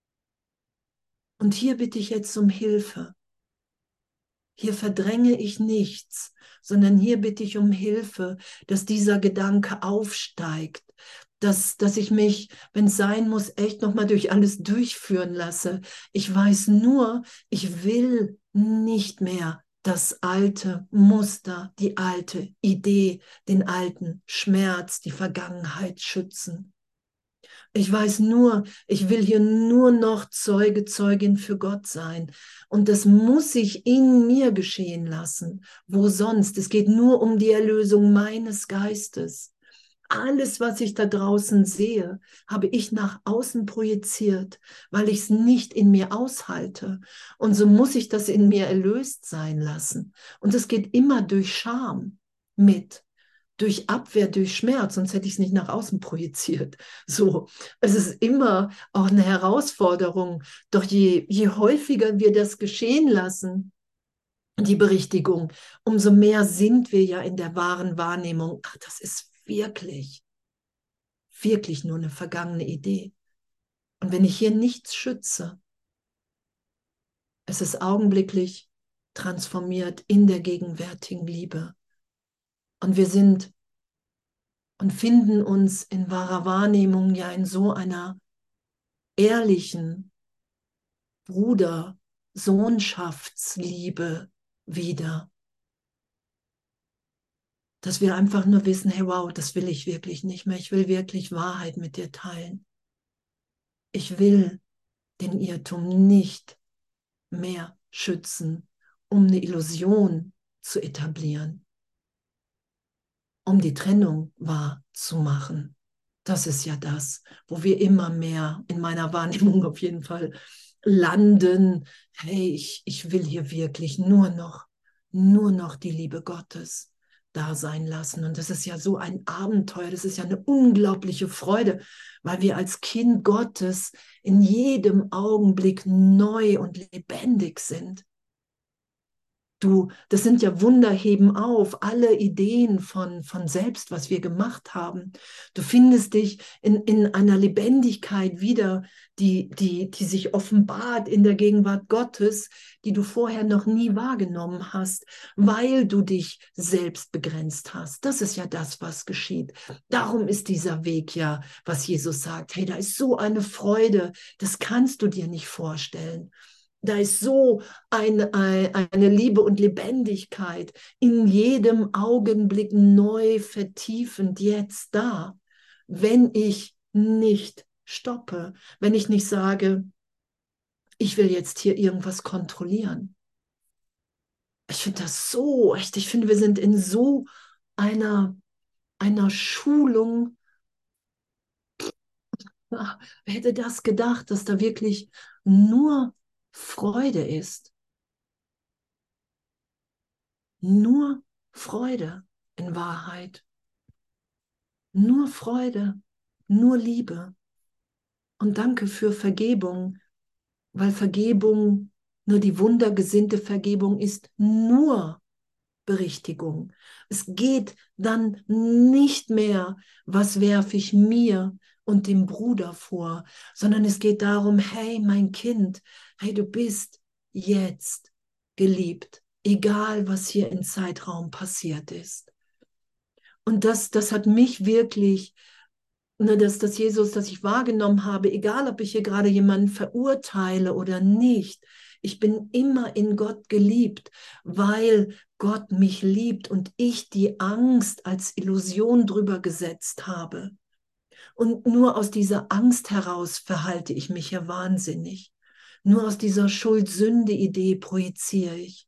Und hier bitte ich jetzt um Hilfe. Hier verdränge ich nichts, sondern hier bitte ich um Hilfe, dass dieser Gedanke aufsteigt, dass ich mich, wenn es sein muss, echt nochmal durch alles durchführen lasse. Ich weiß nur, ich will nicht mehr das alte Muster, die alte Idee, den alten Schmerz, die Vergangenheit schützen. Ich weiß nur, ich will hier nur noch Zeuge, Zeugin für Gott sein. Und das muss ich in mir geschehen lassen. Wo sonst? Es geht nur um die Erlösung meines Geistes. Alles, was ich da draußen sehe, habe ich nach außen projiziert, weil ich es nicht in mir aushalte. Und so muss ich das in mir erlöst sein lassen. Und es geht immer durch Scham mit. durch Abwehr, durch Schmerz, sonst hätte ich es nicht nach außen projiziert. So, es ist immer auch eine Herausforderung. Doch je häufiger wir das geschehen lassen, die Berichtigung, umso mehr sind wir ja in der wahren Wahrnehmung. Ach, das ist wirklich, wirklich nur eine vergangene Idee. Und wenn ich hier nichts schütze, es ist augenblicklich transformiert in der gegenwärtigen Liebe. Und wir sind und finden uns in wahrer Wahrnehmung ja in so einer ehrlichen Bruder-Sohnschaftsliebe wieder. Dass wir einfach nur wissen, hey, wow, das will ich wirklich nicht mehr. Ich will wirklich Wahrheit mit dir teilen. Ich will den Irrtum nicht mehr schützen, um eine Illusion zu etablieren, um die Trennung wahrzumachen. Das ist ja das, wo wir immer mehr in meiner Wahrnehmung auf jeden Fall landen. Hey, ich will hier wirklich nur noch die Liebe Gottes da sein lassen. Und das ist ja so ein Abenteuer, das ist ja eine unglaubliche Freude, weil wir als Kind Gottes in jedem Augenblick neu und lebendig sind. Das sind ja Wunder, heben auf, alle Ideen von selbst, was wir gemacht haben. Du findest dich in einer Lebendigkeit wieder, die sich offenbart in der Gegenwart Gottes, die du vorher noch nie wahrgenommen hast, weil du dich selbst begrenzt hast. Das ist ja das, was geschieht. Darum ist dieser Weg ja, was Jesus sagt. Hey, da ist so eine Freude, das kannst du dir nicht vorstellen. Da ist so eine Liebe und Lebendigkeit in jedem Augenblick neu vertiefend jetzt da, wenn ich nicht stoppe, wenn ich nicht sage, ich will jetzt hier irgendwas kontrollieren. Ich finde das so echt, ich finde, wir sind in so einer Schulung. Ach, wer hätte das gedacht, dass da wirklich nur Freude ist? Nur Freude in Wahrheit. Nur Freude, nur Liebe. Und danke für Vergebung, weil Vergebung, nur die wundergesinnte Vergebung ist nur Berichtigung. Es geht dann nicht mehr, was werfe ich mir und dem Bruder vor, sondern es geht darum, hey, mein Kind, hey, du bist jetzt geliebt, egal was hier im Zeitraum passiert ist. Und das hat mich wirklich, ne, das Jesus, das ich wahrgenommen habe, egal ob ich hier gerade jemanden verurteile oder nicht, ich bin immer in Gott geliebt, weil Gott mich liebt und ich die Angst als Illusion drüber gesetzt habe. Und nur aus dieser Angst heraus verhalte ich mich ja wahnsinnig. Nur aus dieser Schuld-Sünde-Idee projiziere ich.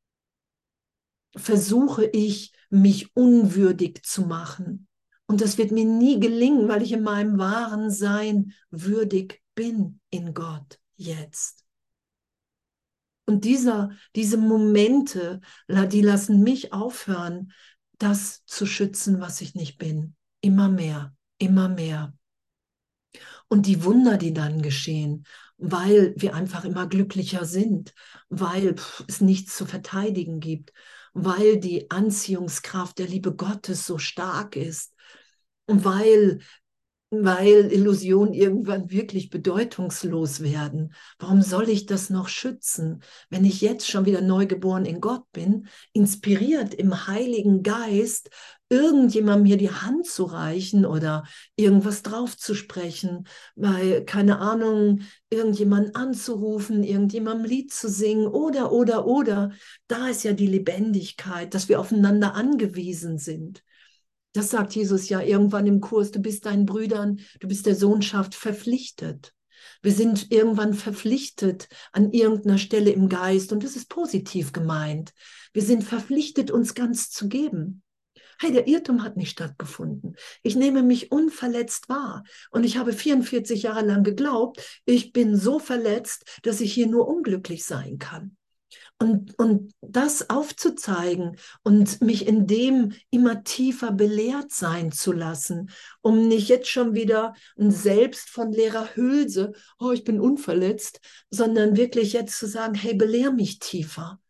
Versuche ich, mich unwürdig zu machen. Und das wird mir nie gelingen, weil ich in meinem wahren Sein würdig bin in Gott jetzt. Und diese Momente, die lassen mich aufhören, das zu schützen, was ich nicht bin. Immer mehr, immer mehr. Und die Wunder, die dann geschehen, weil wir einfach immer glücklicher sind, weil es nichts zu verteidigen gibt, weil die Anziehungskraft der Liebe Gottes so stark ist und weil Illusionen irgendwann wirklich bedeutungslos werden. Warum soll ich das noch schützen, wenn ich jetzt schon wieder neugeboren in Gott bin, inspiriert im Heiligen Geist, irgendjemandem hier die Hand zu reichen oder irgendwas drauf zu sprechen, weil, keine Ahnung, irgendjemanden anzurufen, irgendjemandem ein Lied zu singen oder. Da ist ja die Lebendigkeit, dass wir aufeinander angewiesen sind. Das sagt Jesus ja irgendwann im Kurs, du bist deinen Brüdern, du bist der Sohnschaft verpflichtet. Wir sind irgendwann verpflichtet an irgendeiner Stelle im Geist und das ist positiv gemeint. Wir sind verpflichtet, uns ganz zu geben. Hey, der Irrtum hat nicht stattgefunden. Ich nehme mich unverletzt wahr und ich habe 44 Jahre lang geglaubt, ich bin so verletzt, dass ich hier nur unglücklich sein kann. Und das aufzuzeigen und mich in dem immer tiefer belehrt sein zu lassen, um nicht jetzt schon wieder ein Selbst von leerer Hülse, oh, ich bin unverletzt, sondern wirklich jetzt zu sagen, hey, belehr mich tiefer,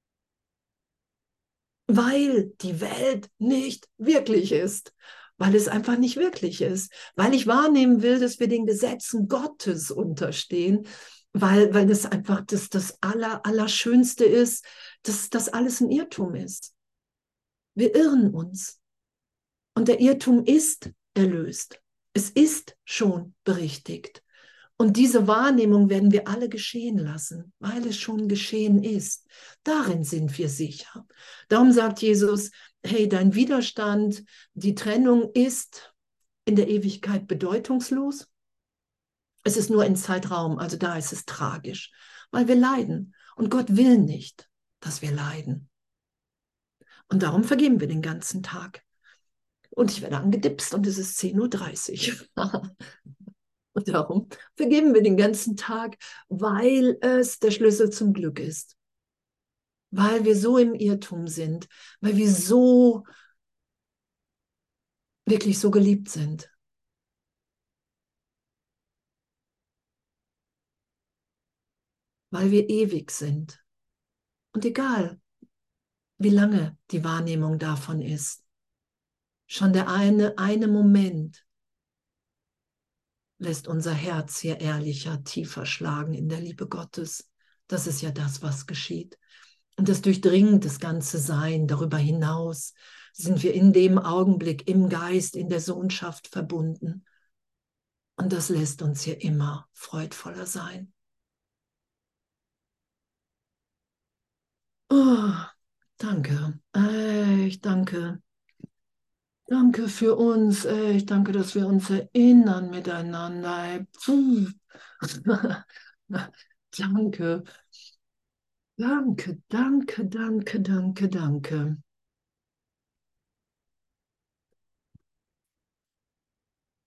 weil die Welt nicht wirklich ist, weil es einfach nicht wirklich ist, weil ich wahrnehmen will, dass wir den Gesetzen Gottes unterstehen, weil das einfach das Allerschönste ist, dass das alles ein Irrtum ist. Wir irren uns und der Irrtum ist erlöst. Es ist schon berichtigt. Und diese Wahrnehmung werden wir alle geschehen lassen, weil es schon geschehen ist. Darin sind wir sicher. Darum sagt Jesus, hey, dein Widerstand, die Trennung ist in der Ewigkeit bedeutungslos. Es ist nur ein Zeitraum, also da ist es tragisch, weil wir leiden. Und Gott will nicht, dass wir leiden. Und darum vergeben wir den ganzen Tag. Und ich werde angedipst und es ist 10:30 Uhr. Und darum vergeben wir den ganzen Tag, weil es der Schlüssel zum Glück ist. Weil wir so im Irrtum sind, weil wir so, wirklich so geliebt sind. Weil wir ewig sind. Und egal, wie lange die Wahrnehmung davon ist, schon der eine Moment lässt unser Herz hier ehrlicher, tiefer schlagen in der Liebe Gottes. Das ist ja das, was geschieht. Und das durchdringt das ganze Sein. Darüber hinaus sind wir in dem Augenblick im Geist, in der Sohnschaft verbunden. Und das lässt uns hier immer freudvoller sein. Oh, danke. Ich danke. Danke für uns. Ich danke, dass wir uns erinnern miteinander. Puh. Danke. Danke, danke, danke, danke, danke.